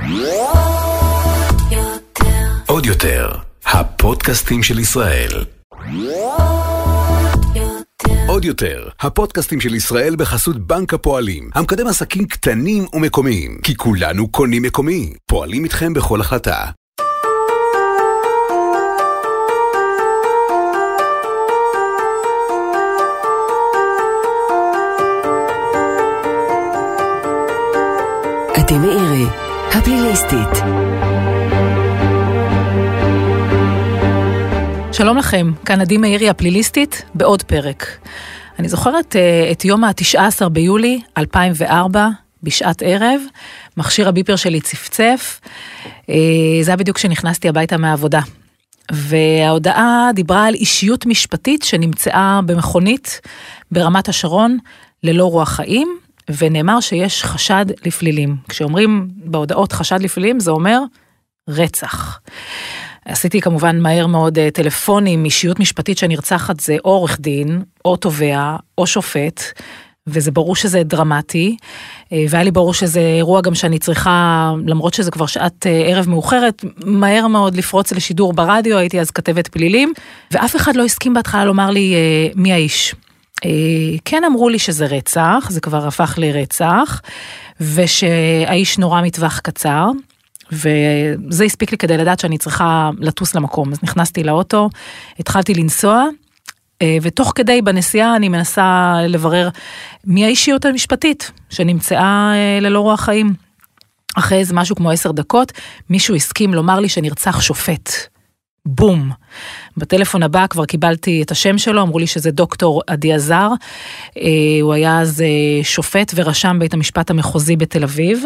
עוד יותר, הפודקאסטים של ישראל. עוד יותר, הפודקאסטים של ישראל בחסות בנק הפועלים, המקדם עסקים קטנים ומקומיים, כי כולנו קונים מקומי. פועלים איתכם בכל החלטה. אתם מאירי, הפליליסטית. שלום לכם, כאן עדי מאירי הפליליסטית בעוד פרק. אני זוכרת את יום ה-19 ביולי 2004, בשעת ערב, מכשיר הביפר שלי צפצף, זה היה בדיוק כשנכנסתי הביתה מהעבודה. וההודעה דיברה על אישיות משפטית שנמצאה במכונית ברמת השרון ללא רוח חיים, ונאמר שיש חשד לפלילים. כשאומרים בהודעות חשד לפלילים, זה אומר רצח. עשיתי כמובן מהר מאוד טלפונים, אישיות משפטית שנרצחת זה או עורך דין, או תובע, או שופט, וזה ברור שזה דרמטי, והיה לי ברור שזה אירוע גם שאני צריכה, למרות שזה כבר שעת ערב מאוחרת, מהר מאוד לפרוץ לשידור ברדיו, הייתי אז כתבת פלילים, ואף אחד לא הסכים בהתחלה לומר לי מי האיש. כן אמרו לי שזה רצח, זה כבר הפך לרצח, ושהאיש נורא מטווח קצר, וזה הספיק לי כדי לדעת שאני צריכה לטוס למקום. אז נכנסתי לאוטו, התחלתי לנסוע, ותוך כדי בנסיעה אני מנסה לברר מי האישיות המשפטית שנמצאה ללא רוח חיים. אחרי איזה משהו כמו 10 דקות, מישהו הסכים לומר לי שנרצח שופט. בום. בטלפון הבא כבר קיבלתי את השם שלו, אמרו לי שזה דוקטור עדי עזר, הוא היה אז שופט ורשם בית המשפט המחוזי בתל אביב,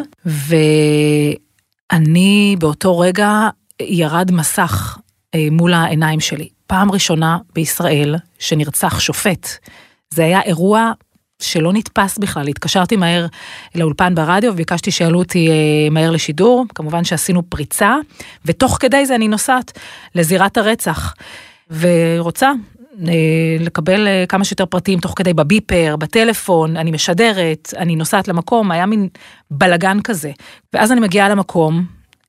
ואני באותו רגע ירד מסך מול העיניים שלי. פעם ראשונה בישראל שנרצח שופט. זה היה אירוע שלא נתפס בכלל, התקשרתי מהר לאולפן ברדיו, וביקשתי שיעלו אותי מהר לשידור, כמובן שעשינו פריצה, ותוך כדי זה אני נוסעת לזירת הרצח, ורוצה לקבל כמה שיותר פרטים, תוך כדי בביפר, בטלפון, אני משדרת, אני נוסעת למקום, היה מין בלגן כזה, ואז אני מגיעה למקום,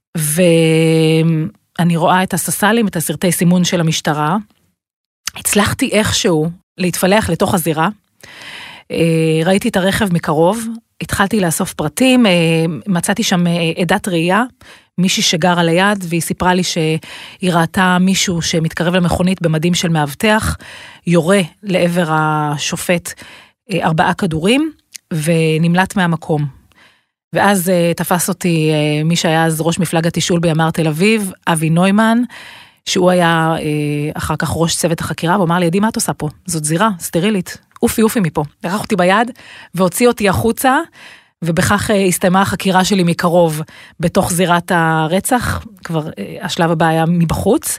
ואני רואה את הססלים, את הסרטי סימון של המשטרה, הצלחתי איכשהו להתפלח לתוך הזירה, ראיתי את הרכב מקרוב, התחלתי לאסוף פרטים, מצאתי שם עדת ראייה, מישהי שגר על היד, והיא סיפרה לי שהיא ראתה מישהו שמתקרב למכונית במדים של מאבטח, יורה לעבר השופט 4 כדורים, ונמלט מהמקום. ואז תפס אותי מי שהיה אז ראש מפלגת תשאול בימ"ר תל אביב, אבי נוימן, שהוא היה אחר כך ראש צוות החקירה, ואומר לי, עדי, מה את עושה פה? זאת זירה סטרילית. אופי מפה. לקח אותי ביד, והוציא אותי החוצה, ובכך הסתיימה החקירה שלי מקרוב, בתוך זירת הרצח, כבר השלב הבא היה מבחוץ,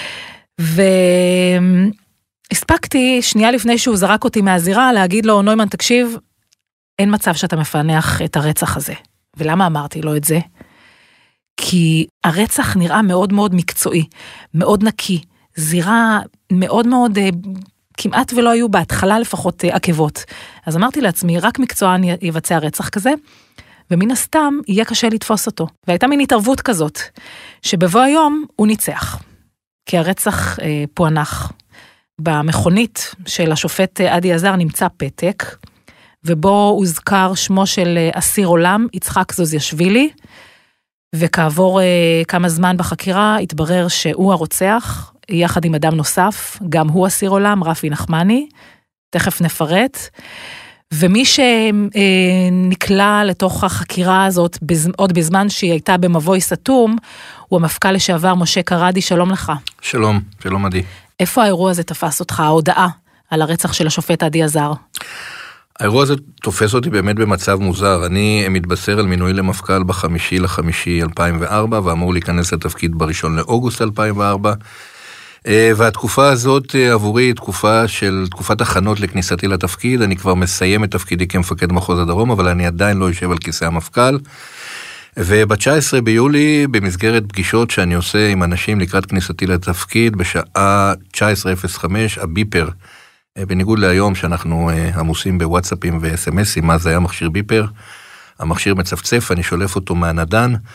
והספקתי, שנייה לפני שהוא זרק אותי מהזירה, להגיד לו, נוימן, תקשיב, אין מצב שאתה מפענח את הרצח הזה. ולמה אמרתי לו את זה? כי הרצח נראה מאוד מאוד מקצועי, מאוד נקי, זירה מאוד מאוד כמעט ולא היו בהתחלה לפחות עקבות. אז אמרתי לעצמי, רק מקצוען יבצע רצח כזה, ומן הסתם יהיה קשה לתפוס אותו. והייתה מין התערבות כזאת, שבבוא היום הוא ניצח. כי הרצח פוענח. במכונית של השופט עדי עזר נמצא פתק, ובו הוזכר שמו של אסיר עולם, יצחק זוזיאשווילי, וכעבור כמה זמן בחקירה התברר שהוא הרוצח, יחד עם אדם נוסף, גם הוא אסיר עולם, רפי נחמני, תכף נפרט, ומי שנקלע לתוך החקירה הזאת, עוד בזמן שהיא הייתה במבוי סתום, הוא המפכ"ל לשעבר משה קרדי, שלום לך. שלום, שלום עדי. איפה האירוע הזה תפס אותך, ההודעה על הרצח של השופט עדי עזר? האירוע הזה תופס אותי באמת במצב מוזר, אני מתבשר על מינוי למפכ"ל ב5.5.2004, ואמור להיכנס לתפקיד ב1 לאוגוסט 2004, והתקופה הזאת עבורי היא תקופת הכנות לכניסתי לתפקיד, אני כבר מסיים את תפקידי כמפקד מחוז הדרום, אבל אני עדיין לא יושב על כיסא המפכ"ל, וב-19 ביולי, במסגרת פגישות שאני עושה עם אנשים לקראת כניסתי לתפקיד, בשעה 19:05, הביפר, בניגוד להיום שאנחנו עמוסים בוואטסאפים ו-SMSים, אז היה מכשיר ביפר, המכשיר מצפצף, אני שולף אותו מהנדן,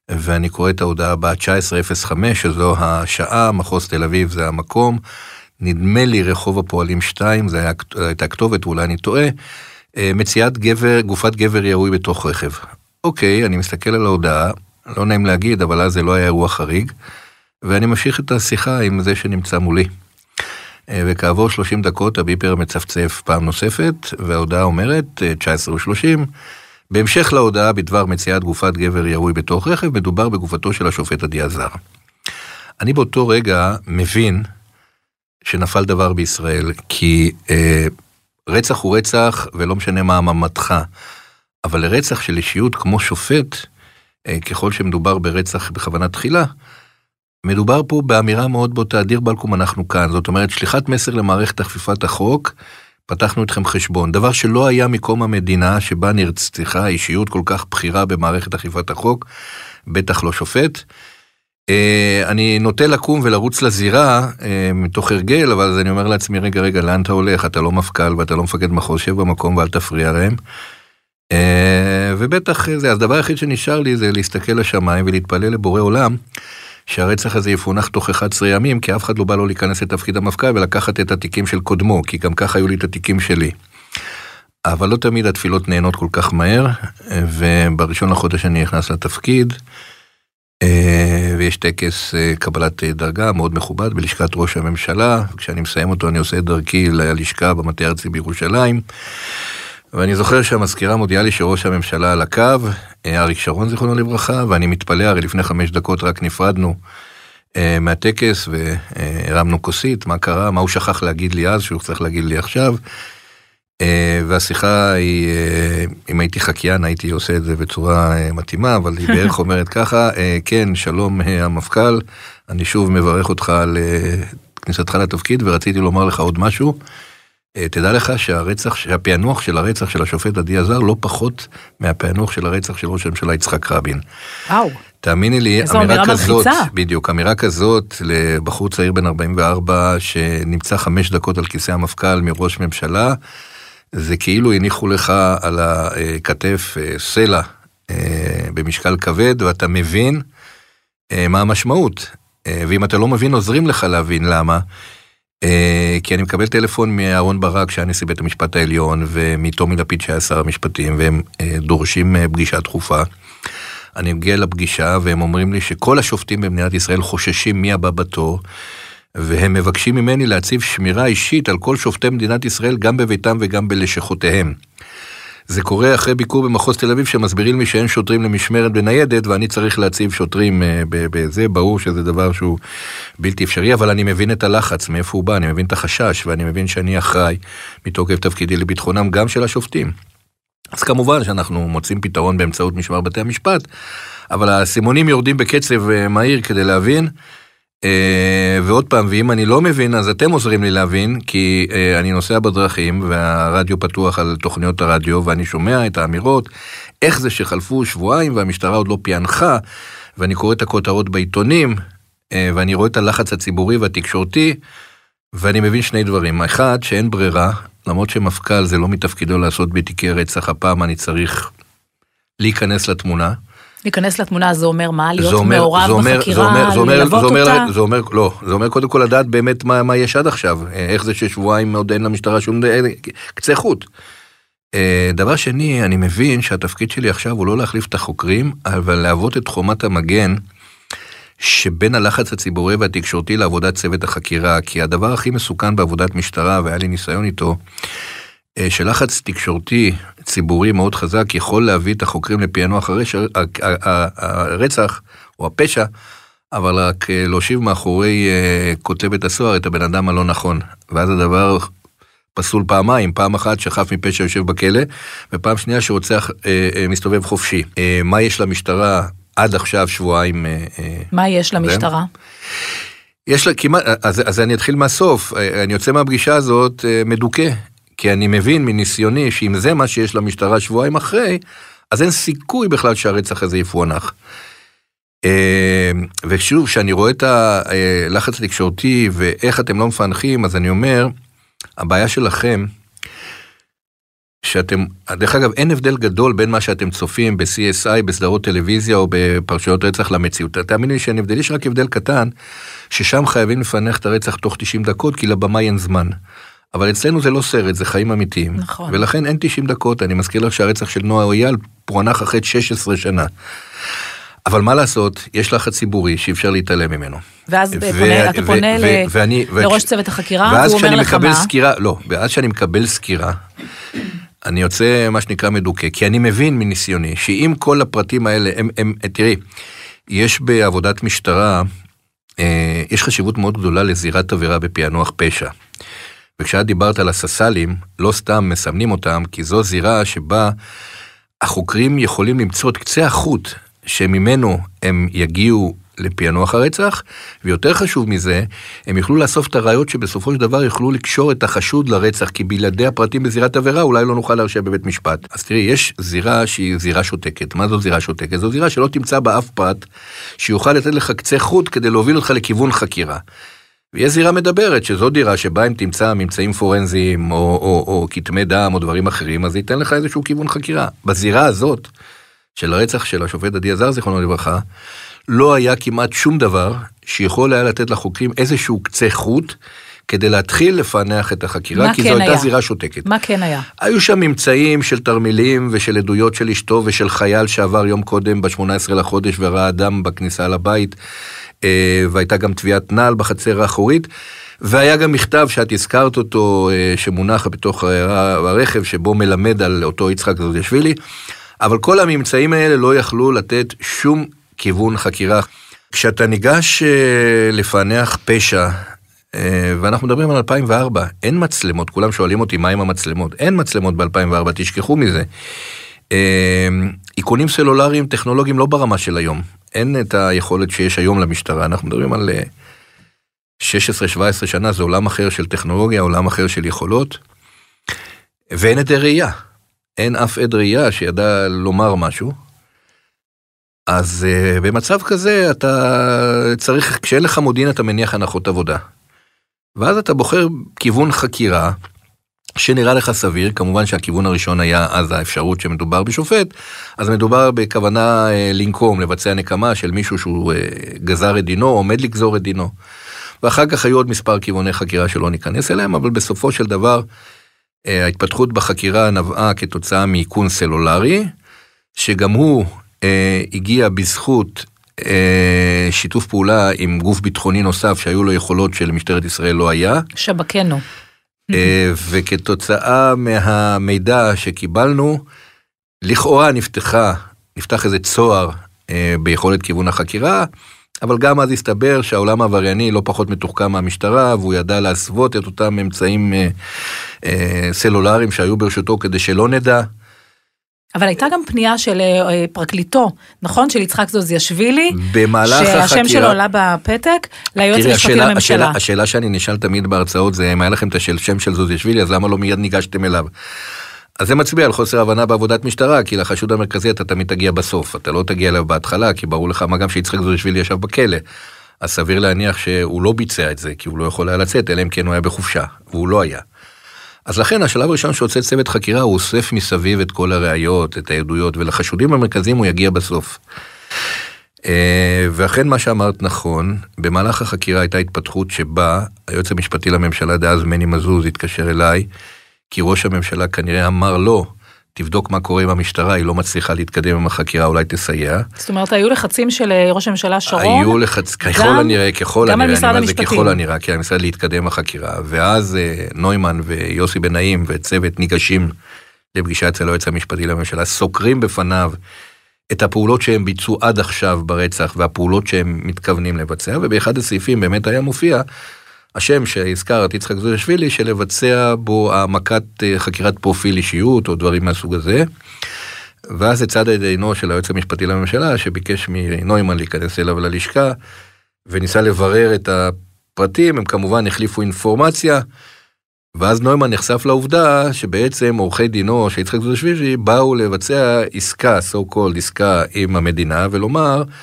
ואני קורא את ההודעה הבאה 19:05, שזו השעה, מחוז תל אביב זה המקום, נדמה לי רחוב הפועלים 2, זה הייתה הכתובת, אולי אני טועה, מציאת גופת גבר ירוי בתוך רכב. אוקיי, אני מסתכל על ההודעה, לא נעים להגיד, אבל אז זה לא היה אירוע חריג, ואני ממשיך את השיחה עם זה שנמצא מולי. וכעבור 30 דקות הביפר מצפצף פעם נוספת, וההודעה אומרת 19:30, בהמשך להודעה בדבר מציאת גופת גבר ירוי בתוך רכב, מדובר בגופתו של השופט עדי עזר. אני באותו רגע מבין שנפל דבר בישראל, כי רצח הוא רצח, ולא משנה מה מעמדך, אבל לרצח של אישיות כמו שופט, ככל שמדובר ברצח בכוונת תחילה, מדובר פה באמירה מאוד בוטה, אדיר בלקום אנחנו כאן, זאת אומרת שליחת מסר למערכת אכיפת החוק, פתחנו אתכם חשבון, דבר שלא היה מקום המדינה שבה נרצחה אישיות כל כך בחירה במערכת אכיפת החוק, בטח לא שופט. אני נוטה לקום ולרוץ לזירה מתוך הרגל, אבל אז אני אומר לעצמי, רגע, לאן אתה הולך? אתה לא מפכ"ל ואתה לא מפקד מחוז, שב במקום ואל תפריע להם. ובטח זה, אז דבר היחיד שנשאר לי זה להסתכל לשמיים ולהתפלל לבורא עולם, שהרצח הזה יפונח תוך 11 ימים, כי אף אחד לא בא לו להיכנס לתפקיד המפכ"ל ולקחת את התיקים של קודמו, כי גם ככה היו לי את התיקים שלי. אבל לא תמיד התפילות נהנות כל כך מהר, ובראשון לחודש אני נכנס לתפקיד, ויש טקס קבלת דרגה מאוד מכובד בלשכת ראש הממשלה, וכשאני מסיים אותו אני עושה את דרכי ללשכה במטה הארצי בירושלים, ואני זוכר שהמזכירה מודיעה לי שראש הממשלה על הקו, אריק שרון זיכרונו לברכה, ואני מתפלא, הרי לפני 5 דקות רק נפרדנו מהטקס, והרמנו כוסית, מה קרה, מה הוא שכח להגיד לי אז, שהוא צריך להגיד לי עכשיו, והשיחה היא, אם הייתי חקיין, הייתי עושה את זה בצורה מתאימה, אבל היא בערך אומרת ככה, כן, שלום המפכ"ל, אני שוב מברך אותך על כניסתך לתפקיד, ורציתי לומר לך עוד משהו, תדע לך שהפענוח של הרצח של השופט עדי עזר לא פחות מהפענוח של הרצח של ראש הממשלה יצחק רבין. וואו. תאמיני לי, אמירה כזאת, בדיוק, אמירה כזאת לבחור צעיר בן 44 שנמצא 5 דקות על כיסא המפכ"ל מראש ממשלה, זה כאילו הניחו לך על הכתף סלע במשקל כבד, ואתה מבין מה המשמעות. ואם אתה לא מבין, עוזרים לך להבין למה. כי אני מקבל טלפון מאהרון ברק שהיה נשיא בית המשפט העליון ומתומי לפיד שהיה שר המשפטים, והם דורשים פגישה דחופה. אני מגיע לפגישה והם אומרים לי שכל השופטים במדינת ישראל חוששים מי הבא בתור, והם מבקשים ממני להציב שמירה אישית על כל שופטי מדינת ישראל גם בביתם וגם בלשכותיהם. זה קורה אחרי ביקור במחוז תל אביב שמסבירים לי שאין שוטרים למשמרת בניידת, ואני צריך להציב שוטרים בזה, ברור שזה דבר שהוא בלתי אפשרי, אבל אני מבין את הלחץ, מאיפה הוא בא, אני מבין את החשש, ואני מבין שאני אחראי מתוקף תפקידי לביטחונם גם של השופטים. אז כמובן שאנחנו מוצאים פתרון באמצעות משמר בתי המשפט, אבל הסימונים יורדים בקצב מהיר כדי להבין, ועוד פעם, ואם אני לא מבין, אז אתם עוזרים לי להבין, כי אני נוסע בדרכים, והרדיו פתוח על תוכניות הרדיו, ואני שומע את האמירות, איך זה שחלפו שבועיים, והמשטרה עוד לא פענחה, ואני קורא את הכותרות בעיתונים, ואני רואה את הלחץ הציבורי והתקשורתי, ואני מבין 2 דברים. אחד, שאין ברירה, למרות שמפכ"ל זה לא מתפקידו לעשות בתיקי רצח, הפעם אני צריך להיכנס לתמונה, להיכנס לתמונה, זה אומר מה? להיות מעורב בחקירה, ללוות אותה? זה אומר קודם כל לדעת באמת מה יש עד עכשיו, איך זה ששבועיים עוד אין למשטרה שום קצה חוט. דבר שני, אני מבין שהתפקיד שלי עכשיו הוא לא להחליף את החוקרים, אבל להוות את חומת המגן, שבין הלחץ הציבורי והתקשורתי לעבודת צוות החקירה, כי הדבר הכי מסוכן בעבודת משטרה, והיה לי ניסיון איתו, שלחץ תקשורתי ציבורי מאוד חזק יכול להביא את החוקרים לפענוח הרצח או הפשע, אבל רק להושיב מאחורי כותבת הסוהר את הבן אדם הלא נכון, ואז הדבר פסול פעמיים, פעם אחת שחף מפשע יושב בכלא, ופעם שנייה שרוצח מסתובב חופשי. מה יש למשטרה עד עכשיו שבועיים? מה יש למשטרה? יש לה כמעט, אז אני אתחיל מהסוף, אני יוצא מהפגישה הזאת מדוכא, כי אני מבין מניסיוני שאם זה מה שיש למשטרה שבועיים אחרי, אז אין סיכוי בכלל שהרצח הזה יפוענח. ושוב, כשאני רואה את הלחץ התקשורתי ואיך אתם לא מפענחים, אז אני אומר, הבעיה שלכם, דרך אגב, אין הבדל גדול בין מה שאתם צופים ב-CSI, בסדרות טלוויזיה או בפרשיות רצח למציאות. תאמינו לי שאין הבדל, יש רק הבדל קטן, ששם חייבים לפענח את הרצח תוך 90 דקות, כי לבמה אין זמן. אבל אצלנו זה לא סרט, זה חיים אמיתיים. נכון. ולכן אין 90 דקות, אני מזכיר לך שהרצח של נועה אויל פוענח אחרי 16 שנה. אבל מה לעשות, יש לחץ ציבורי שאי אפשר להתעלם ממנו. ואז אתה פונה לראש צוות החקירה, והוא אומר לך מה? ואז שאני מקבל סקירה, אני יוצא מה שנקרא מדוקה, כי אני מבין מניסיוני, שאם כל הפרטים האלה, תראי, יש בעבודת משטרה, יש חשיבות מאוד גדולה לזירת עבירה בפענוח פשע. וכשאת דיברת על הססלים, לא סתם מסמנים אותם, כי זו זירה שבה החוקרים יכולים למצוא את קצה החוט, שממנו הם יגיעו לפענוח הרצח, ויותר חשוב מזה, הם יוכלו לאסוף את הראיות שבסופו של דבר יוכלו לקשור את החשוד לרצח, כי בלעדי הפרטים בזירת עבירה אולי לא נוכל להרשיע בבית משפט. אז תראי, יש זירה שהיא זירה שותקת. מה זו זירה שותקת? זו זירה שלא תמצא בה אף פרט, שיוכל לתת לך קצה חוט כדי להוביל אותך לכיוון חקירה. ויש זירה מדברת, שזו דירה שבה אם תמצא ממצאים פורנזיים, או כתמי דם, או דברים אחרים, אז זה ייתן לך איזשהו כיוון חקירה. בזירה הזאת, של הרצח של השופט עדי עזר, זיכרונו לברכה, לא היה כמעט שום דבר שיכול היה לתת לחוקרים איזשהו קצה חוט, כדי להתחיל לפענח את החקירה, כי זו הייתה זירה שותקת. מה כן היה? היו שם ממצאים של תרמילים ושל עדויות של אשתו ושל חייל שעבר יום קודם ב-18 לחודש וראה אדם בכניסה לבית, והייתה גם תביעת נעל בחצר האחורית, והיה גם מכתב שאת הזכרת אותו, שמונח בתוך הרכב, שבו מלמד על אותו יצחק זוזיאשווילי, אבל כל הממצאים האלה לא יכלו לתת שום כיוון חקירה. כשאתה ניגש לפענח פשע, ואנחנו מדברים על 2004, אין מצלמות, כולם שואלים אותי מה עם המצלמות, אין מצלמות ב-2004, תשכחו מזה. איכונים סלולריים טכנולוגיים לא ברמה של היום, אין את היכולת שיש היום למשטרה, אנחנו מדברים על 16-17 שנה, זה עולם אחר של טכנולוגיה, עולם אחר של יכולות, ואין עדי ראייה, אין אף עד ראייה שידע לומר משהו, אז במצב כזה אתה צריך, כשאין לך מודיעין אתה מניח הנחות עבודה, ואז אתה בוחר כיוון חקירה, שנראה לך סביר, כמובן שהכיוון הראשון היה אז האפשרות שמדובר בשופט, אז מדובר בכוונה לנקום, לבצע נקמה של מישהו שהוא גזר את דינו, או עומד לגזור את דינו. ואחר כך היו עוד מספר כיווני חקירה שלא ניכנס אליהם, אבל בסופו של דבר, ההתפתחות בחקירה נבעה כתוצאה מאיכון סלולרי, שגם הוא הגיע בזכות שיתוף פעולה עם גוף ביטחוני נוסף, שהיו לו יכולות שלמשטרת ישראל לא היה. שבקנו. וכתוצאה מהמידע שקיבלנו, לכאורה נפתח איזה צוהר ביכולת כיוון החקירה, אבל גם אז הסתבר שהעולם העברייני לא פחות מתוחכם מהמשטרה, והוא ידע להסוות את אותם אמצעים סלולריים שהיו ברשותו כדי שלא נדע. אבל הייתה גם פנייה של פרקליטו, נכון? של יצחק זוזיאשווילי, במהלך החקירה, שהשם שלו עולה בפתק, ליועץ המשפטי לממשלה. השאלה שאני נשאל תמיד בהרצאות זה, אם היה לכם את השם של זוזיאשווילי, אז למה לא מיד ניגשתם אליו? אז זה מצביע על חוסר הבנה בעבודת משטרה, כי לחשוד המרכזי אתה תמיד תגיע בסוף, אתה לא תגיע אליו בהתחלה, כי ברור לך מה גם שיצחק זוזיאשווילי ישב בכלא, אז סביר להניח שהוא לא ביצע את זה, כי הוא לא יכול היה לצאת, אלא אם כן הוא היה בחופשה, והוא לא היה. אז לכן השלב הראשון שעושה צוות חקירה, הוא אוסף מסביב את כל הראיות, את העדויות, ולחשודים המרכזיים הוא יגיע בסוף. ואכן מה שאמרת נכון, במהלך החקירה הייתה התפתחות שבה היועץ המשפטי לממשלה דאז מני מזוז התקשר אליי, כי ראש הממשלה כנראה אמר לו, תבדוק מה קורה עם המשטרה, היא לא מצליחה להתקדם עם החקירה, אולי תסייע. זאת אומרת, היו לחצים של ראש הממשלה שרון? היו לחצים, ככל הנראה, כי המשרד להתקדם עם החקירה, ואז נוימן ויוסי בנעים וצוות ניגשים לפגישה אצל היועץ המשפטי לממשלה, סוקרים בפניו את הפעולות שהם ביצעו עד עכשיו ברצח, והפעולות שהם מתכוונים לבצע, ובאחד הסעיפים באמת היה מופיע, השם שהזכרת, יצחק זוזיאשווילי, שלבצע בו העמקת חקירת פרופיל אישיות, או דברים מהסוג הזה, ואז הצד עינו של היועץ המשפטי לממשלה, שביקש מנוימן להיכנס אליו ללשכה, וניסה לברר את הפרטים, הם כמובן החליפו אינפורמציה, ואז נוימן נחשף לעובדה, שבעצם עורכי דינו של יצחק זוזיאשווילי, באו לבצע עסקה, so called עסקה עם המדינה, ולומר,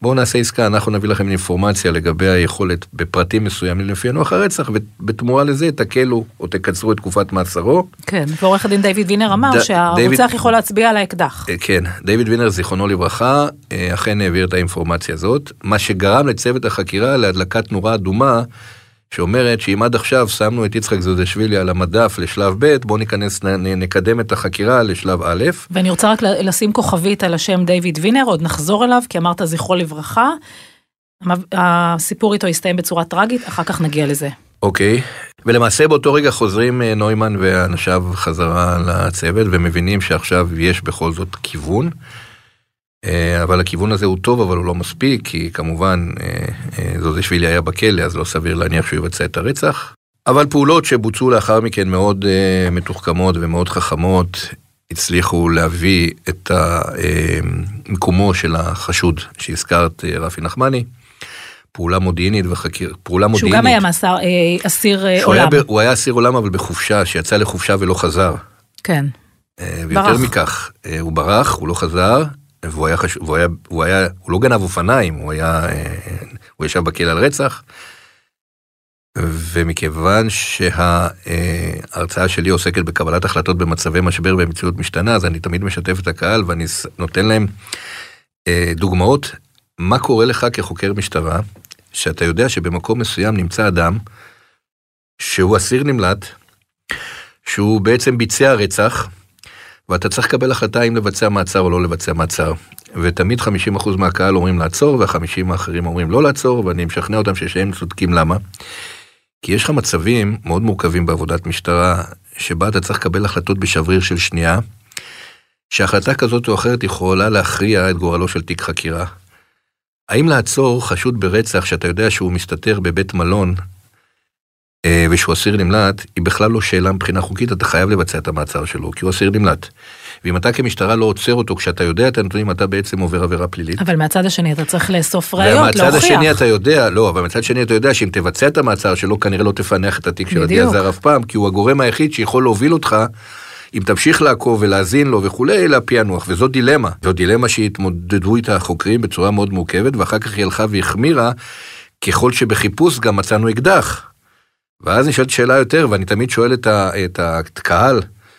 בואו נעשה עסקה, אנחנו נביא לכם אינפורמציה לגבי היכולת בפרטים מסוימים לפענוח הרצח, ובתמורה לזה תקלו או תקצרו את תקופת מאסרו. כן, ועורך הדין דיוויד וינר אמר שהרוצח יכול להצביע על האקדח. כן, דיוויד וינר, זיכרונו לברכה, אכן העביר את האינפורמציה הזאת, מה שגרם לצוות החקירה להדלקת נורה אדומה, שאומרת שאם עד עכשיו שמנו את יצחק זודשווילי על המדף לשלב ב', בואו נקדם את החקירה לשלב א'. ואני רוצה רק לשים כוכבית על השם דיוויד וינר, עוד נחזור אליו, כי אמרת זכרו לברכה, הסיפור איתו הסתיים בצורה טרגית, אחר כך נגיע לזה. אוקיי, ולמעשה באותו רגע חוזרים נוימן ואנשיו חזרה לצוות, ומבינים שעכשיו יש בכל זאת כיוון, אבל הכיוון הזה הוא טוב, אבל הוא לא מספיק, כי כמובן זודשווילי היה בכלא, אז לא סביר להניח שהוא יבצע את הרצח. אבל פעולות שבוצעו לאחר מכן מאוד מתוחכמות ומאוד חכמות, הצליחו להביא את מקומו של החשוד שהזכרת, רפי נחמני, פעולה מודיעינית פעולה מודיעינית. שהוא גם היה אסיר עולם. הוא היה אסיר עולם, אבל בחופשה, שיצא לחופשה ולא חזר. כן. ויותר מכך, הוא ברח, הוא לא חזר, הוא לא גנב אופניים, הוא ישב בכלא על רצח, ומכיוון שההרצאה שלי עוסקת בקבלת החלטות במצבי משבר במציאות משתנה, אז אני תמיד משתף את הקהל, ואני נותן להם דוגמאות, מה קורה לך כחוקר משטרה, שאתה יודע שבמקום מסוים נמצא אדם, שהוא אסיר נמלט, שהוא בעצם ביצע רצח, ואתה צריך לקבל החלטה אם לבצע מעצר או לא לבצע מעצר. ותמיד 50% מהקהל אומרים לעצור, וה50% האחרים אומרים לא לעצור, ואני משכנע אותם שהם צודקים. למה? כי יש לך מצבים מאוד מורכבים בעבודת משטרה, שבה אתה צריך לקבל החלטות בשבריר של שנייה, שהחלטה כזאת או אחרת יכולה להכריע את גורלו של תיק חקירה. האם לעצור חשוד ברצח, שאתה יודע שהוא מסתתר בבית מלון, ושהוא אסיר נמלט, היא בכלל לא שאלה מבחינה חוקית, אתה חייב לבצע את המעצר שלו, כי הוא אסיר נמלט. ואם אתה כמשטרה לא עוצר אותו, כשאתה יודע את הנתונים, אתה בעצם עובר עבירה פלילית. אבל מהצד השני אתה צריך לאסוף ראיות, להוכיח. ומהצד השני אתה יודע, לא, אבל מהצד השני אתה יודע שאם תבצע את המעצר שלו, כנראה לא תפענח את התיק של עדי עזר אף פעם, כי הוא הגורם היחיד שיכול להוביל אותך, אם תמשיך לעקוב ולהזין לו וכולי, לפענוח, וזו דילמה. זו דילמה שהתמודדו איתה החוקרים בצורה מאוד מורכבת, ואחר כך היא הלכה והחמירה, ככל שבחיפוש גם מצאנו אקדח. ואז נשאלת שאלה יותר, ואני תמיד שואל את הקהל,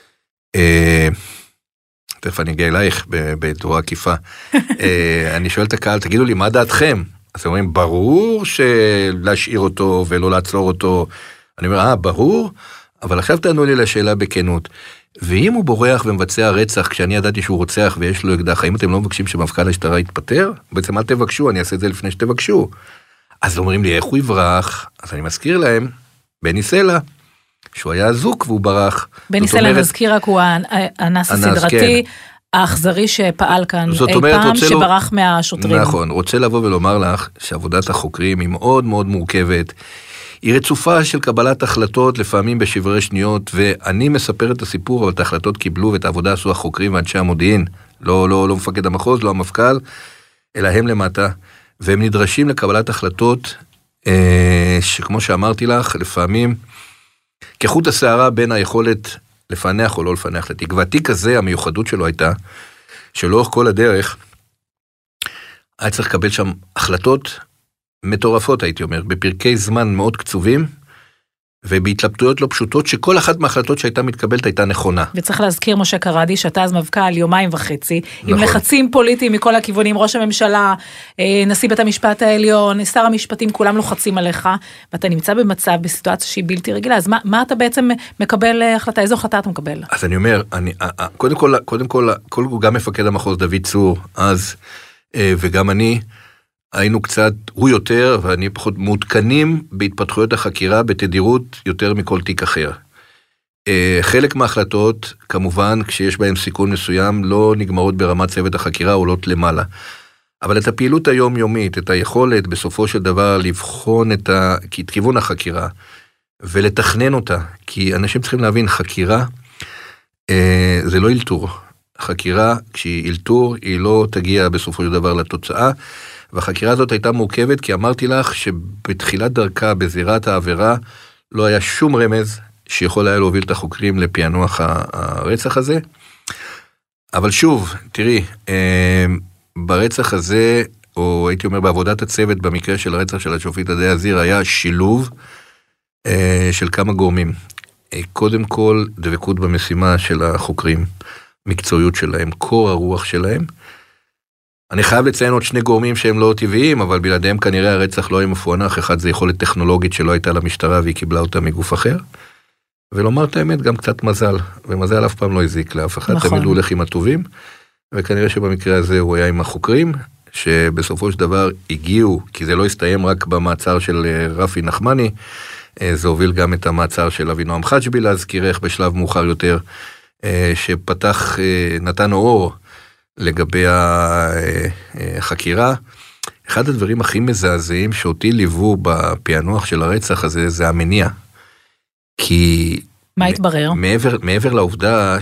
תכף אני אגיע אלייך בתורה עקיפה, אני שואל את הקהל, תגידו לי, מה דעתכם? אז הם אומרים, ברור שלהשאיר אותו ולא לעצור אותו. אני אומר, ברור, אבל עכשיו תענו לי לשאלה בכנות. ואם הוא בורח ומבצע רצח, כשאני ידעתי שהוא רוצח ויש לו אקדח, האם אתם לא מבקשים שמפכ"ל המשטרה יתפטר? בעצם אל תבקשו, אני אעשה את זה לפני שתבקשו. אז אומרים לי, איך הוא יברח? אז אני מזכיר להם, בני סלע, שהוא היה אזוק והוא ברח. בני סלע נזכיר רק, הוא האנס הסדרתי, האכזרי שפעל כאן אי פעם, שברח מהשוטרים. נכון, רוצה לבוא ולומר לך שעבודת החוקרים היא מאוד מאוד מורכבת, היא רצופה של קבלת החלטות, לפעמים בשברי שניות, ואני מספר את הסיפור, אבל את ההחלטות קיבלו ואת העבודה עשו החוקרים ואנשי המודיעין, לא מפקד המחוז, לא המפכ"ל, אלא הם למטה, והם נדרשים לקבלת החלטות, שכמו שאמרתי לך, לפעמים, כחוט השערה בין היכולת לפענח או לא לפענח לתיק. והתיק הזה, המיוחדות שלו הייתה, שלאורך כל הדרך, היה צריך לקבל שם החלטות מטורפות, הייתי אומר, בפרקי זמן מאוד קצובים, ובהתלבטויות לא פשוטות, שכל אחת מההחלטות שהייתה מתקבלת הייתה נכונה. וצריך להזכיר, משה קרדי, שאתה אז מבקע על 2.5 ימים, עם לחצים פוליטיים מכל הכיוונים, ראש הממשלה, נשיא בית המשפט העליון, שר המשפטים, כולם לוחצים עליך, ואתה נמצא במצב, בסיטואציה שהיא בלתי רגילה, אז מה אתה בעצם מקבל החלטה? איזו החלטה אתה מקבל? אז אני אומר, קודם כל, גם מפקד המחוז דוד צור, אז, וגם אני, היינו קצת, הוא יותר, ואני פחות מעודכנים בהתפתחויות החקירה בתדירות יותר מכל תיק אחר. חלק מההחלטות, כמובן, כשיש בהם סיכון מסוים, לא נגמרות ברמת צוות החקירה, עולות למעלה. אבל את הפעילות היומיומית, את היכולת בסופו של דבר לבחון את כיוון החקירה, ולתכנן אותה, כי אנשים צריכים להבין, חקירה זה לא אילתור. חקירה, כשהיא אילתור, היא לא תגיע בסופו של דבר לתוצאה, והחקירה הזאת הייתה מורכבת, כי אמרתי לך שבתחילת דרכה, בזירת העבירה, לא היה שום רמז שיכול היה להוביל את החוקרים לפענוח הרצח הזה. אבל שוב, תראי, ברצח הזה, או הייתי אומר בעבודת הצוות במקרה של הרצח של השופט עדי עזיר, היה שילוב של כמה גורמים. קודם כל, דבקות במשימה של החוקרים, מקצועיות שלהם, קור הרוח שלהם. אני חייב לציין עוד שני גורמים שהם לא טבעיים, אבל בלעדיהם כנראה הרצח לא היה מפוענח. אחד זה יכולת טכנולוגית שלא הייתה למשטרה והיא קיבלה אותה מגוף אחר. ולומר את האמת, גם קצת מזל, ומזל אף פעם לא הזיק לאף אחד, נכון. תמיד הוא הולך עם הטובים, וכנראה שבמקרה הזה הוא היה עם החוקרים, שבסופו של דבר הגיעו, כי זה לא הסתיים רק במעצר של רפי נחמני, זה הוביל גם את המעצר של אבינועם חג'בי להזכירך בשלב מאוחר יותר, שפתח, נתן אור לגבי החקירה. אחד הדברים הכי מזעזעים שאותי ליוו בפענוח של הרצח הזה, זה המניע. כי... מה התברר? מעבר לעובדה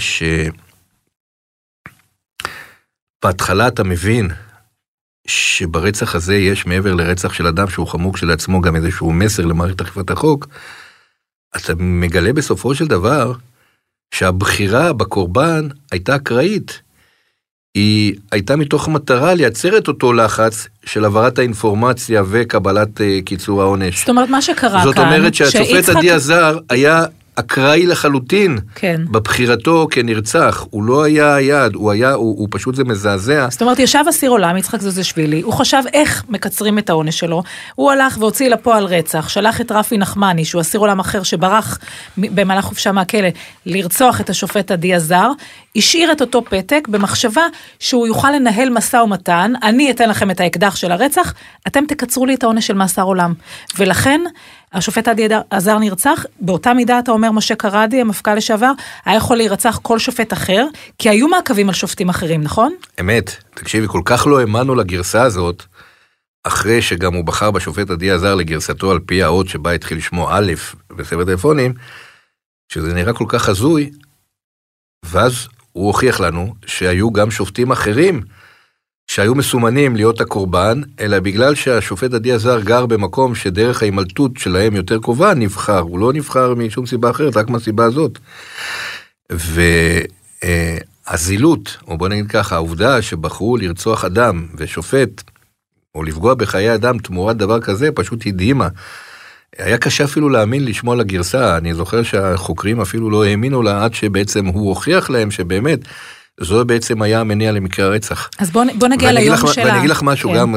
בהתחלה אתה מבין שברצח הזה יש מעבר לרצח של אדם שהוא חמור כשלעצמו גם איזשהו מסר למערכת אכיפת החוק, אתה מגלה בסופו של דבר שהבחירה בקורבן הייתה אקראית. היא הייתה מתוך מטרה לייצר את אותו לחץ של העברת האינפורמציה וקבלת קיצור העונש. זאת אומרת, מה שקרה כאן... זאת אומרת שהשופט עדי עזר היה אקראי לחלוטין בבחירתו כנרצח. הוא לא היה היד, הוא פשוט זה מזעזע. זאת אומרת, ישב אסיר עולם, יצחק זוזשווילי, הוא חשב איך מקצרים את העונש שלו, הוא הלך והוציא לפועל רצח, שלח את רפי נחמני, שהוא אסיר עולם אחר שברח במהלך חופשה מהכלא, לרצוח את השופט עדי עזר, השאיר את אותו פתק במחשבה שהוא יוכל לנהל מסע ומתן, אני אתן לכם את האקדח של הרצח, אתם תקצרו לי את העונש של מאסר עולם. ולכן, השופט עדי עזר נרצח, באותה מידה אתה אומר משה קרדי, המפכ"ל לשעבר, היה יכול להירצח כל שופט אחר, כי היו מעקבים על שופטים אחרים, נכון? אמת, תקשיבי, כל כך לא האמנו לגרסה הזאת, אחרי שגם הוא בחר בשופט עדי עזר לגרסתו על פי האות שבה התחיל לשמו א' בספר טלפונים, שזה נראה כל כך הזוי, ואז הוא הוכיח לנו שהיו גם שופטים אחרים, שהיו מסומנים להיות הקורבן, אלא בגלל שהשופט עדי עזר גר במקום שדרך ההימלטות שלהם יותר קרובה, נבחר. הוא לא נבחר משום סיבה אחרת, רק מהסיבה הזאת. והזילות, או בוא נגיד ככה, העובדה שבחרו לרצוח אדם ושופט, או לפגוע בחיי אדם תמורת דבר כזה, פשוט הדהימה. היה קשה אפילו להאמין לשמוע לגרסה. אני זוכר שהחוקרים אפילו לא האמינו לה, עד שבעצם הוא הוכיח להם שבאמת, זו בעצם היה המניע למקרה הרצח. אז בוא נגיע ליום שלה. ואני אגיד לך משהו גם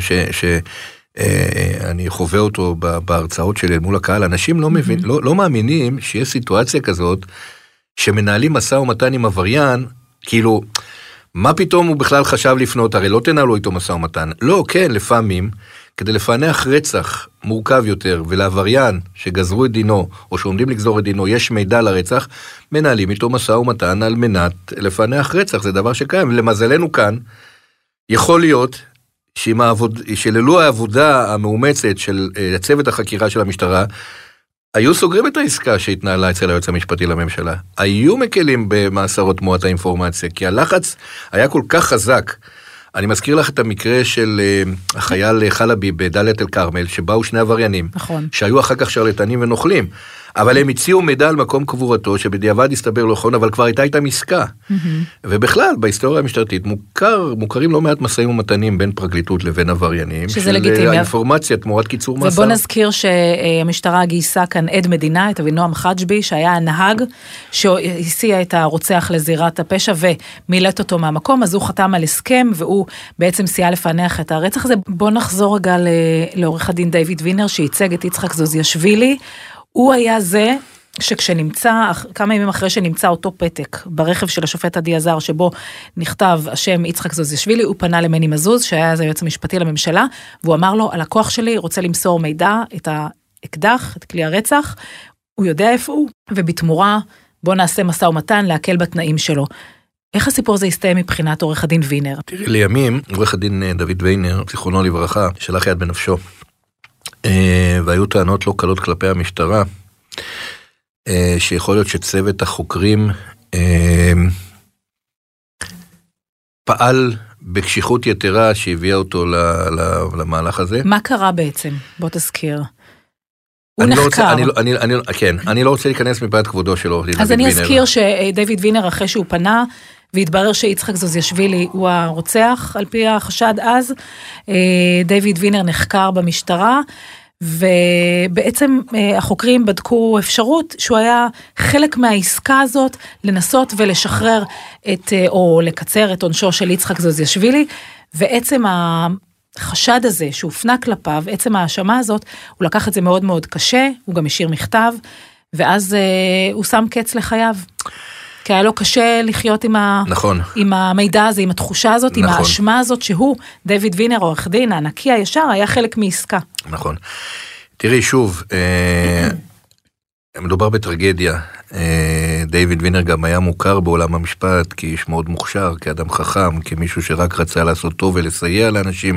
שאני חווה אותו בהרצאות שלי מול הקהל, אנשים לא מאמינים שיש סיטואציה כזאת, שמנהלים מסע ומתן עם עבריין, כאילו, מה פתאום הוא בכלל חשב לפנות, הרי לא תנהלו איתו מסע ומתן. לא, כן, לפעמים, כדי לפענח רצח מורכב יותר, ולעבריין שגזרו את דינו, או שעומדים לגזור את דינו, יש מידע לרצח, מנהלים איתו מסע ומתן על מנת לפענח רצח, זה דבר שקיים. למזלנו כאן, יכול להיות שללא העבודה המאומצת של צוות החקירה של המשטרה, היו סוגרים את העסקה שהתנהלה אצל היועץ המשפטי לממשלה. היו מקלים במאסרות תמורת האינפורמציה, כי הלחץ היה כל כך חזק. אני מזכיר לך את המקרה של החייל חלבי בדלית אל כרמל, שבאו שני עבריינים, נכון. שהיו אחר כך שרלטנים ונוכלים, אבל הם הציעו מידע על מקום קבורתו, שבדיעבד הסתבר לא נכון, אבל כבר הייתה איתם עסקה. ובכלל, בהיסטוריה המשטרתית, מוכרים לא מעט מסעים ומתנים בין פרקליטות לבין עבריינים, שזה לגיטימי. האינפורמציה תמורת קיצור מאסר. ובוא נזכיר שהמשטרה גייסה כאן עד מדינה, את אבינועם חג'בי, שהיה הנהג, שהסיע את הרוצח לזירת הפשע, ומילט אותו מהמקום, אז הוא חתם על הסכם, והוא בעצם סייע לפענח את הרצח הזה. בוא נחזור רגע לעורך הדין דיוויד וינר, שייצג את יצחק זוזיאשווילי. הוא היה זה שכשנמצא, כמה ימים אחרי שנמצא אותו פתק ברכב של השופט עדי עזר, שבו נכתב השם יצחק זוזיאשווילי, הוא פנה למני מזוז, שהיה אז היועץ המשפטי לממשלה, והוא אמר לו, הלקוח שלי רוצה למסור מידע, את האקדח, את כלי הרצח, הוא יודע איפה הוא, ובתמורה בוא נעשה מסע ומתן להקל בתנאים שלו. איך הסיפור הזה הסתיים מבחינת עורך הדין וינר? תראי, לימים, עורך הדין דוד וינר, זיכרונו לברכה, שלח יד בנפשו. והיו טענות לא קלות כלפי המשטרה, שיכול להיות שצוות החוקרים פעל בקשיחות יתרה שהביאה אותו למהלך הזה. מה קרה בעצם? בוא תזכיר. הוא נחקר. כן, אני לא רוצה להיכנס מפאת כבודו של עורך דין דוד וינר. אז אני אזכיר שדייוויד וינר, אחרי שהוא פנה והתברר שיצחק זוזיאשווילי הוא הרוצח, על פי החשד אז. דיוויד וינר נחקר במשטרה, ובעצם החוקרים בדקו אפשרות שהוא היה חלק מהעסקה הזאת, לנסות ולשחרר או לקצר את עונשו של יצחק זוזיאשווילי, ועצם החשד הזה שהופנה כלפיו, עצם ההאשמה הזאת, הוא לקח את זה מאוד מאוד קשה, הוא גם השאיר מכתב, ואז הוא שם קץ לחייו. כי היה לו קשה לחיות נכון. עם המידע הזה, עם התחושה הזאת, נכון. עם האשמה הזאת שהוא, דיוויד וינר, עורך דין, הענקי הישר, היה חלק מעסקה. נכון. תראי שוב, מדובר בטרגדיה. דיוויד וינר גם היה מוכר בעולם המשפט, כאיש מאוד מוכשר, כאדם חכם, כמישהו שרק רצה לעשות טוב ולסייע לאנשים.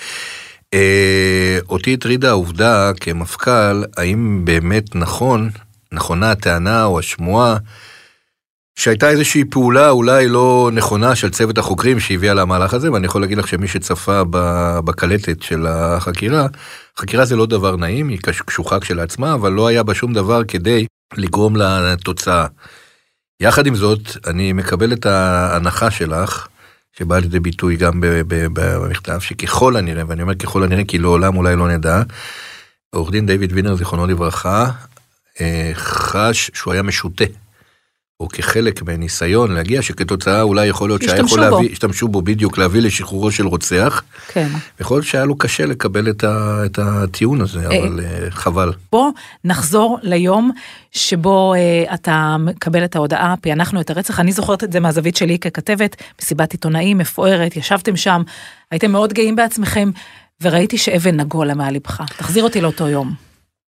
אותי הטרידה העובדה כמפכ"ל, האם באמת נכונה הטענה או השמועה, שהייתה איזושהי פעולה אולי לא נכונה של צוות החוקרים שהביאה למהלך הזה, ואני יכול להגיד לך שמי שצפה בקלטת של החקירה, חקירה זה לא דבר נעים, היא קשוחה כשלעצמה, אבל לא היה בה שום דבר כדי לגרום לתוצאה. יחד עם זאת, אני מקבל את ההנחה שלך, שבאה לידי ביטוי גם במכתב, שככל הנראה, ואני אומר ככל הנראה, כי לעולם אולי לא נדע, עורך דין דיוויד וינר, זיכרונו לברכה, חש שהוא היה משוטה. או כחלק מהניסיון להגיע, שכתוצאה אולי יכול להיות שהיה יכול להביא, השתמשו בו בדיוק להביא לשחרורו של רוצח, כן. יכול להיות שהיה לו קשה לקבל את הטיעון הזה, אבל חבל. בוא נחזור ליום שבו אתה מקבל את ההודעה, פענחנו את הרצח, אני זוכרת את זה מהזווית שלי ככתבת, מסיבת עיתונאים מפוארת, ישבתם שם, הייתם מאוד גאים בעצמכם, וראיתי שאבן נגולה מעליבך, תחזיר אותי לאותו יום.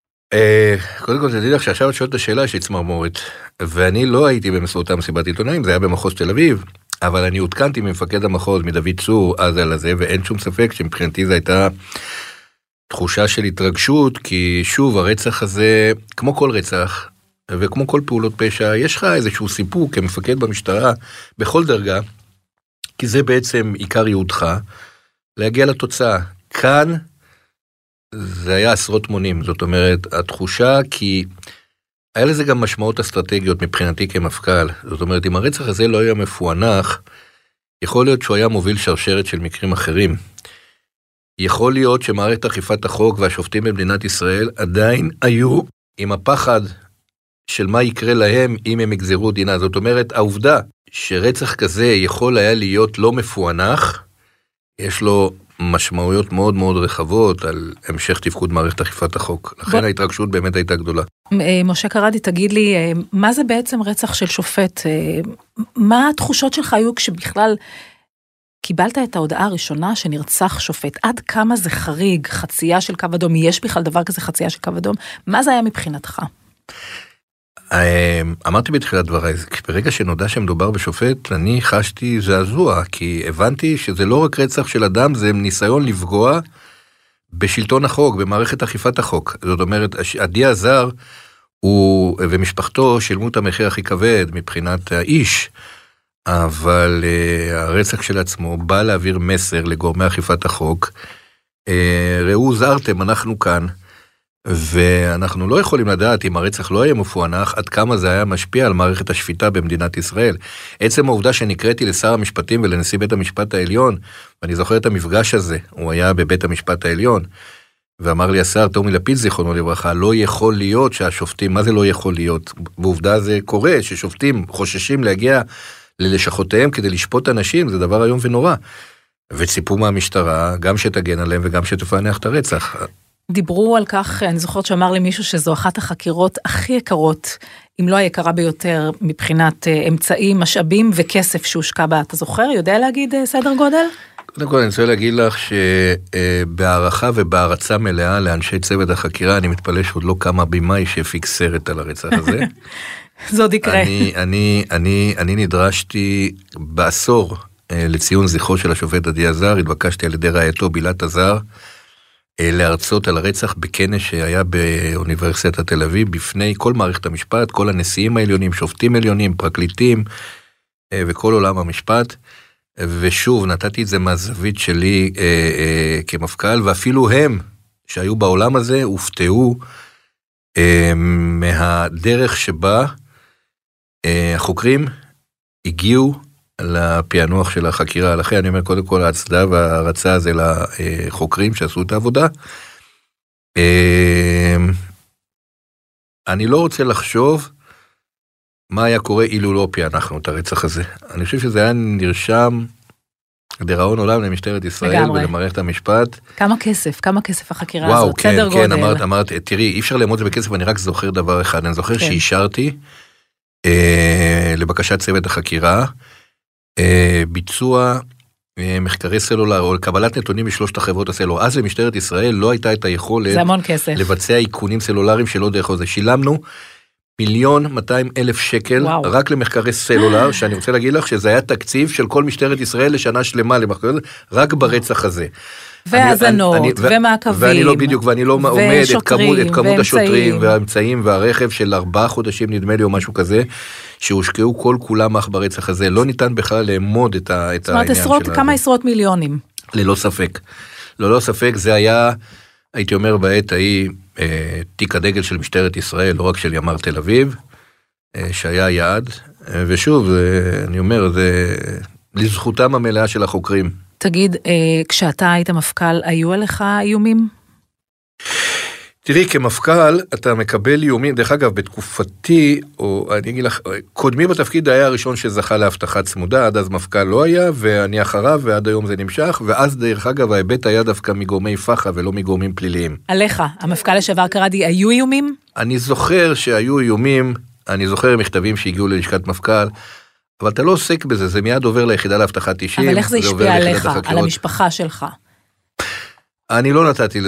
קודם כל תדעי לך שעכשיו את שואלת את השאלה יש לי צמרמורת, ואני לא הייתי במסעותה מסיבת עיתונאים, זה היה במחוז תל אביב, אבל אני עודכנתי ממפקד המחוז, מדוד צור, אז על הזה, ואין שום ספק שמבחינתי זו הייתה תחושה של התרגשות, כי שוב הרצח הזה, כמו כל רצח, וכמו כל פעולות פשע, יש לך איזשהו סיפור כמפקד במשטרה, בכל דרגה, כי זה בעצם עיקר ייעודך, להגיע לתוצאה. כאן, זה היה עשרות מונים, זאת אומרת, התחושה כי היה לזה גם משמעות אסטרטגיות מבחינתי כמפכ"ל, זאת אומרת, אם הרצח הזה לא היה מפוענח, יכול להיות שהוא היה מוביל שרשרת של מקרים אחרים. יכול להיות שמערכת אכיפת החוק והשופטים במדינת ישראל עדיין היו עם הפחד של מה יקרה להם אם הם יגזרו דינה. זאת אומרת, העובדה שרצח כזה יכול היה להיות לא מפוענח, יש לו משמעויות מאוד מאוד רחבות על המשך תפקוד מערכת אכיפת החוק. לכן ההתרגשות באמת הייתה גדולה. משה קרדי, תגיד לי, מה זה בעצם רצח של שופט? מה התחושות שלך היו כשבכלל קיבלת את ההודעה הראשונה שנרצח שופט? עד כמה זה חריג, חצייה של קו אדום? יש בכלל דבר כזה חצייה של קו אדום? מה זה היה מבחינתך? אמרתי בתחילת דבריי, ברגע שנודע שמדובר בשופט, אני חשתי זעזוע, כי הבנתי שזה לא רק רצח של אדם, זה ניסיון לפגוע בשלטון החוק, במערכת אכיפת החוק. זאת אומרת, עדי הזר ומשפחתו שילמו את המחיר הכי כבד מבחינת האיש, אבל הרצח של עצמו בא להעביר מסר לגורמי אכיפת החוק, ראו זרתם, אנחנו כאן, ואנחנו לא יכולים לדעת אם הרצח לא היה מפוענח, עד כמה זה היה משפיע על מערכת השפיטה במדינת ישראל. עצם העובדה שנקראתי לשר המשפטים ולנשיא בית המשפט העליון, ואני זוכר את המפגש הזה, הוא היה בבית המשפט העליון, ואמר לי השר טומי לפיד זיכרונו לברכה, לא יכול להיות שהשופטים, מה זה לא יכול להיות? בעובדה זה קורה, ששופטים חוששים להגיע ללשכותיהם כדי לשפוט אנשים, זה דבר היום ונורא. וציפו מהמשטרה, גם שתגן עליהם וגם שתפענח את הרצח. דיברו על כך, אני זוכרת שאמר לי מישהו שזו אחת החקירות הכי יקרות, אם לא היקרה ביותר, מבחינת אמצעים, משאבים וכסף שהושקע בה. אתה זוכר? יודע להגיד סדר גודל? קודם כל אני רוצה להגיד לך שבהערכה ובהערצה מלאה לאנשי צוות החקירה, אני מתפלא שעוד לא קמה בימאי שהפיק סרט על הרצח הזה. זה עוד יקרה. אני נדרשתי בעשור לציון זכרו של השופט עדי הזר, התבקשתי על ידי רעייתו בילת הזר, להרצות על הרצח בכנס שהיה באוניברסיטת תל אביב, בפני כל מערכת המשפט, כל הנשיאים העליונים, שופטים עליונים, פרקליטים, וכל עולם המשפט, ושוב, נתתי את זה מהזווית שלי כמפכ"ל, ואפילו הם, שהיו בעולם הזה, הופתעו מהדרך שבה החוקרים הגיעו לפענוח של החקירה. לכן אני אומר קודם כל ההצדעה וההרצה הזה לחוקרים שעשו את העבודה. אני לא רוצה לחשוב מה היה קורה אילו לא פענחנו את הרצח הזה. אני חושב שזה היה נרשם לדיראון עולם למשטרת ישראל ולמערכת המשפט. כמה כסף החקירה הזאת? וואו, כן, אמרת, תראי, אי אפשר לאמוד זה בכסף, אני רק זוכר דבר אחד, אני זוכר שאישרתי לבקשת צוות החקירה, ביצוע מחקרי סלולר, או קבלת נתונים משלושת החברות הסלולר. אז למשטרת ישראל לא הייתה את היכולת לבצע איכונים סלולריים שלא דרך זה. שילמנו 1,200,000 שקל רק למחקרי סלולר, שאני רוצה להגיד לך שזה היה תקציב של כל משטרת ישראל לשנה שלמה למחקרי, רק ברצח הזה. והזנות, ומעקבים, ואני לא בדיוק, ואני לא עומד את כמות השוטרים והאמצעים והרכב של 4 חודשים נדמה לי או משהו כזה, שהושקעו כל כולם ברצח הזה, לא ניתן בכלל לאמוד את העניין שלנו. זאת אומרת, כמה עשרות מיליונים. ללא ספק. ללא ספק, זה היה, הייתי אומר בעת ההיא, תיק הדגל של משטרת ישראל, לא רק של ימ"ר תל אביב, שהיה יעד, ושוב, אני אומר, זה לזכותם המלאה של החוקרים. תגיד, כשאתה היית מפכ"ל, היו עליך איומים? תראי, כמפכ"ל, אתה מקבל איומים, דרך אגב, בתקופתי, או אני אגיד לך, קודמי בתפקיד היה הראשון שזכה להבטחת צמודה, עד אז מפכ"ל לא היה, ואני אחריו, ועד היום זה נמשך, ואז דרך אגב, ההיבט היה דווקא מגורמי פחה, ולא מגורמים פליליים. עליך, המפכ"ל לשעבר קרדי, היו איומים? אני זוכר שהיו איומים, אני זוכר מכתבים שהגיעו ללשכת מפכ"ל, אבל אתה לא עוסק בזה, זה מיד עובר ליחידה להבטחת אישים. אבל איך זה השפיע עליך, על המשפחה שלך? אני לא נתתי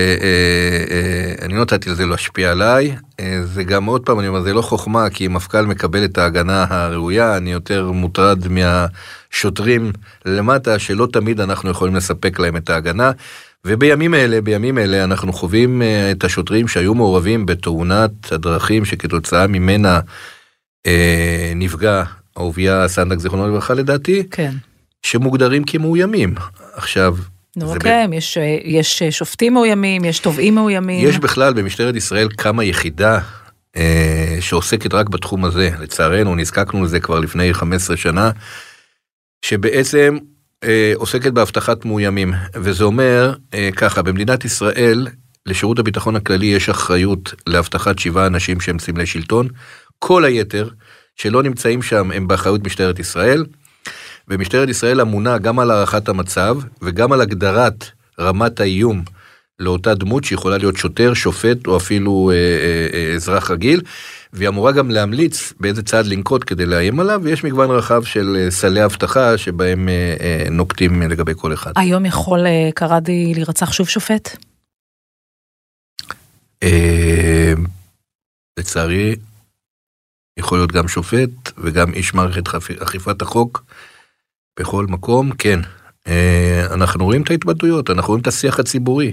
לזה להשפיע עליי, זה גם עוד פעם, אני אומר, זה לא חוכמה, כי מפכ"ל מקבל את ההגנה הראויה, אני יותר מוטרד מהשוטרים למטה, שלא תמיד אנחנו יכולים לספק להם את ההגנה, ובימים אלה אנחנו חווים את השוטרים שהיו מעורבים בתאונת הדרכים, שכתוצאה ממנה נפגע אהוביה סנדק זיכרונו לברכה לדעתי, כן. שמוגדרים כמאוימים. עכשיו, כן, יש שופטים מאוימים, יש תובעים מאוימים. יש בכלל במשטרת ישראל כמה יחידה שעוסקת רק בתחום הזה. לצערנו, נזקקנו לזה כבר לפני 15 שנה, שבעצם עוסקת בהבטחת מאוימים. וזה אומר ככה, במדינת ישראל, לשירות הביטחון הכללי יש אחריות להבטחת 7 אנשים שהם סמלי שלטון. כל היתר שלא נמצאים שם הם באחריות משטרת ישראל, ומשטרת ישראל אמונה גם על הערכת המצב, וגם על הגדרת רמת האיום לאותה דמות, שיכולה להיות שוטר, שופט, או אפילו אזרח רגיל, והיא אמורה גם להמליץ באיזה צעד לנקוט כדי לאיים עליו, ויש מגוון רחב של סלי הבטחה, שבהם נוקטים לגבי כל אחד. היום יכול קרדי לרצח שוב שופט? לצערי, יכול להיות גם שופט, וגם איש מערכת אכיפת החוק, בכל מקום, כן. אנחנו רואים את ההתבטאויות, אנחנו רואים את השיח הציבורי.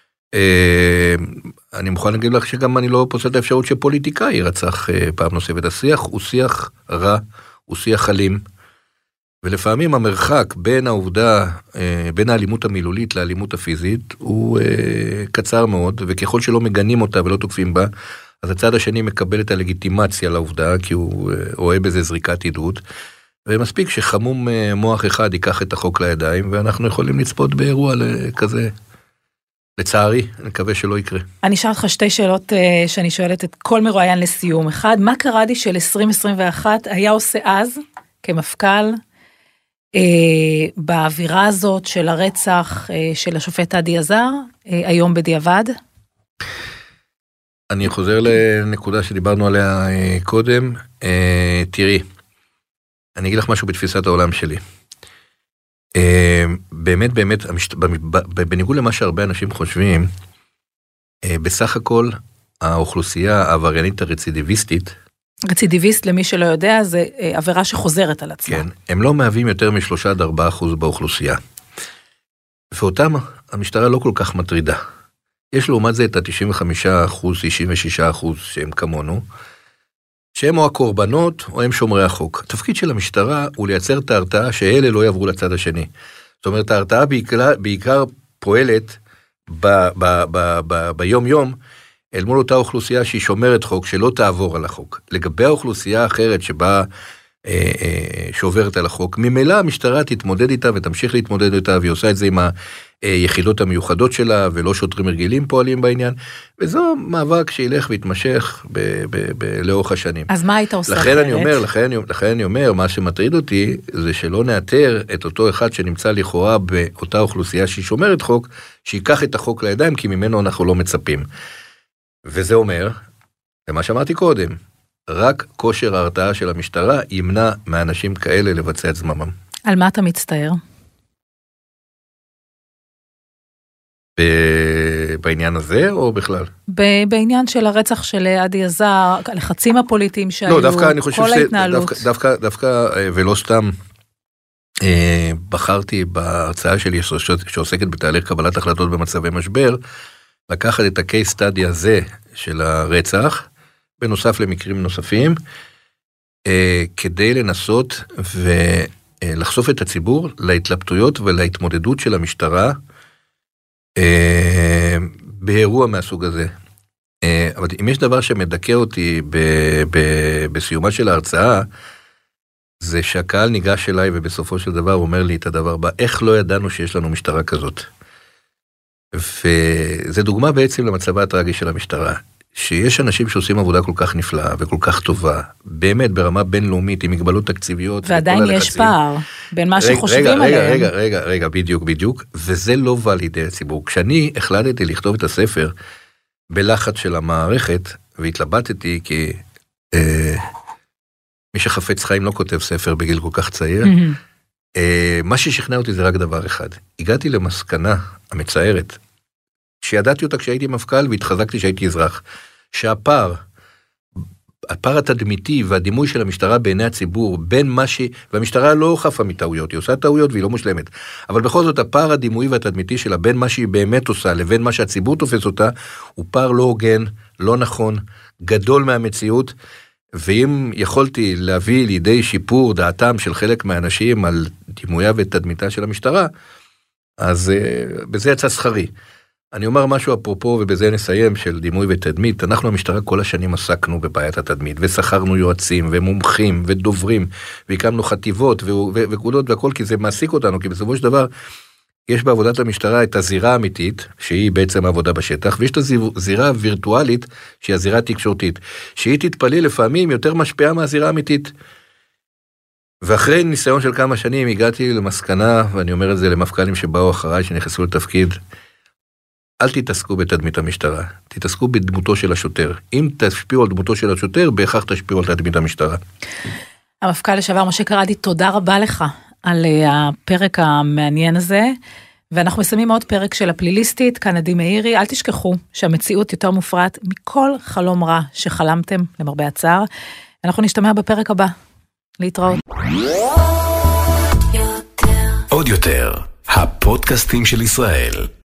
אני מוכן להגיד לך שגם אני לא פוסל את האפשרות שפוליטיקאי ירצח פעם נוספת. השיח הוא שיח רע, הוא שיח אלים, ולפעמים המרחק בין העובדה, בין האלימות המילולית לאלימות הפיזית, הוא קצר מאוד, וככל שלא מגנים אותה ולא תוקפים בה, אז הצד השני מקבל את הלגיטימציה לעובדה, כי הוא רואה בזה זריקת עדות, ומספיק שחמום מוח אחד ייקח את החוק לידיים, ואנחנו יכולים לצפות באירוע כזה. לצערי, אני מקווה שלא יקרה. אני אשאל אותך 2 שאלות שאני שואלת את כל מרואיין לסיום. אחד, מה קרדי של 2021 היה עושה אז, כמפכ"ל, באווירה הזאת של הרצח של השופט עדי עזר, היום בדיעבד? אני חוזר לנקודה שדיברנו עליה קודם. תראי, אני אגיד לך משהו בתפיסת העולם שלי. באמת, בניגוד למה שהרבה אנשים חושבים, בסך הכל, האוכלוסייה העבריינית הרצידיביסטית, רצידיביסט, למי שלא יודע, זה עבירה שחוזרת על עצמה. כן, הם לא מהווים יותר מ3-4% באוכלוסייה. ואותם המשטרה לא כל כך מטרידה. יש לעומת זה את ה-95%, 96% שהם כמונו, שהם או הקורבנות או הם שומרי החוק. התפקיד של המשטרה הוא לייצר את ההרתעה שאלה לא יעברו לצד השני. זאת אומרת, ההרתעה בעיקר פועלת ביום יום, אל מול אותה אוכלוסייה שהיא שומרת חוק, שלא תעבור על החוק. לגבי האוכלוסייה האחרת שבה שעוברת על החוק. ממילא המשטרה תתמודד איתה ותמשיך להתמודד איתה, והיא עושה את זה עם היחידות המיוחדות שלה, ולא שוטרים רגילים פועלים בעניין, וזו מאבק שילך ויתמשך לאורך השנים. אז מה היית עושה לכן אני אומר, מה שמטריד אותי, זה שלא נאתר את אותו אחד שנמצא לכאורה באותה אוכלוסייה שהיא שומרת חוק, שיקח את החוק לידיים, כי ממנו אנחנו לא מצפים. וזה אומר, ומה שאמרתי קודם, רק כושר ההרתעה של המשטרה ימנע מאנשים כאלה לבצע את זממם. על מה אתה מצטער? בעניין הזה או בכלל? בעניין של הרצח של עדי עזר, הלחצים הפוליטיים שהיו, לא, דווקא אני חושב כל ההתנהלות. דווקא ולא סתם בחרתי בהרצאה שלי שעוסקת בתהליך קבלת החלטות במצבי משבר, לקחת את הקייס סטאדי הזה של הרצח, בנוסף למקרים נוספים, כדי לנסות ולחשוף את הציבור להתלבטויות ולהתמודדות של המשטרה, באירוע מהסוג הזה. אבל אם יש דבר שמדכא אותי בסיומה של ההרצאה, זה שהקהל ניגש אליי ובסופו של דבר אומר לי את הדבר הבא, איך לא ידענו שיש לנו משטרה כזאת? וזה דוגמה בעצם למצבה הטרגי של המשטרה, שיש אנשים שעושים עבודה כל כך נפלאה וכל כך טובה, באמת ברמה בינלאומית, עם מגבלות תקציביות. ועדיין יש פער בין מה שחושבים עליהם. רגע, בדיוק, וזה לא בא לידי הציבור. כשאני החלטתי לכתוב את הספר בלחץ של המערכת, והתלבטתי כי מי שחפץ חיים לא כותב ספר בגיל כל כך צעיר, מה ששכנע אותי זה רק דבר אחד. הגעתי למסקנה המצערת, שידעתי אותה כשהייתי מפכ"ל והתחזקתי שהייתי אזרח, שהפער התדמיתי והדימוי של המשטרה בעיני הציבור, בין מה והמשטרה לא חפה מטעויות, היא עושה טעויות והיא לא מושלמת, אבל בכל זאת הפער הדימוי והתדמיתי שלה בין מה שהיא באמת עושה לבין מה שהציבור תופס אותה, הוא פער לא הוגן, לא נכון, גדול מהמציאות, ואם יכולתי להביא לידי שיפור דעתם של חלק מהאנשים על דימויה ותדמיתה של המשטרה, אז בזה יצא שכרי. אני אומר משהו אפרופו, ובזה נסיים, של דימוי ותדמית. אנחנו המשטרה כל השנים עסקנו בבעיית התדמית, ושכרנו יועצים ומומחים ודוברים, והקמנו חטיבות וקודות והכל, כי זה מעסיק אותנו, כי בסופו של דבר יש בעבודת המשטרה את הזירה האמיתית, שהיא בעצם העבודה בשטח, ויש את הזירה הווירטואלית, שהיא הזירה התקשורתית, שהיא תתפלא לפעמים יותר משפיעה מהזירה האמיתית. ואחרי ניסיון של כמה שנים הגעתי למסקנה, ואני אומר את זה למפכ"לים שבאו אחריי, שנכנסו לתפקיד, אל תתעסקו בתדמית המשטרה, תתעסקו בדמותו של השוטר. אם תשפיעו על דמותו של השוטר, בהכרח תשפיעו על תדמית המשטרה. המפכ"ל לשעבר משה קרדי, תודה רבה לך על הפרק המעניין הזה, ואנחנו מסיימים עוד פרק של הפליליסטית, כאן עדי מאירי. אל תשכחו שהמציאות יותר מופרעת מכל חלום רע שחלמתם, למרבה הצער. אנחנו נשתמע בפרק הבא. להתראות. עוד יותר, הפודקאסטים של ישראל.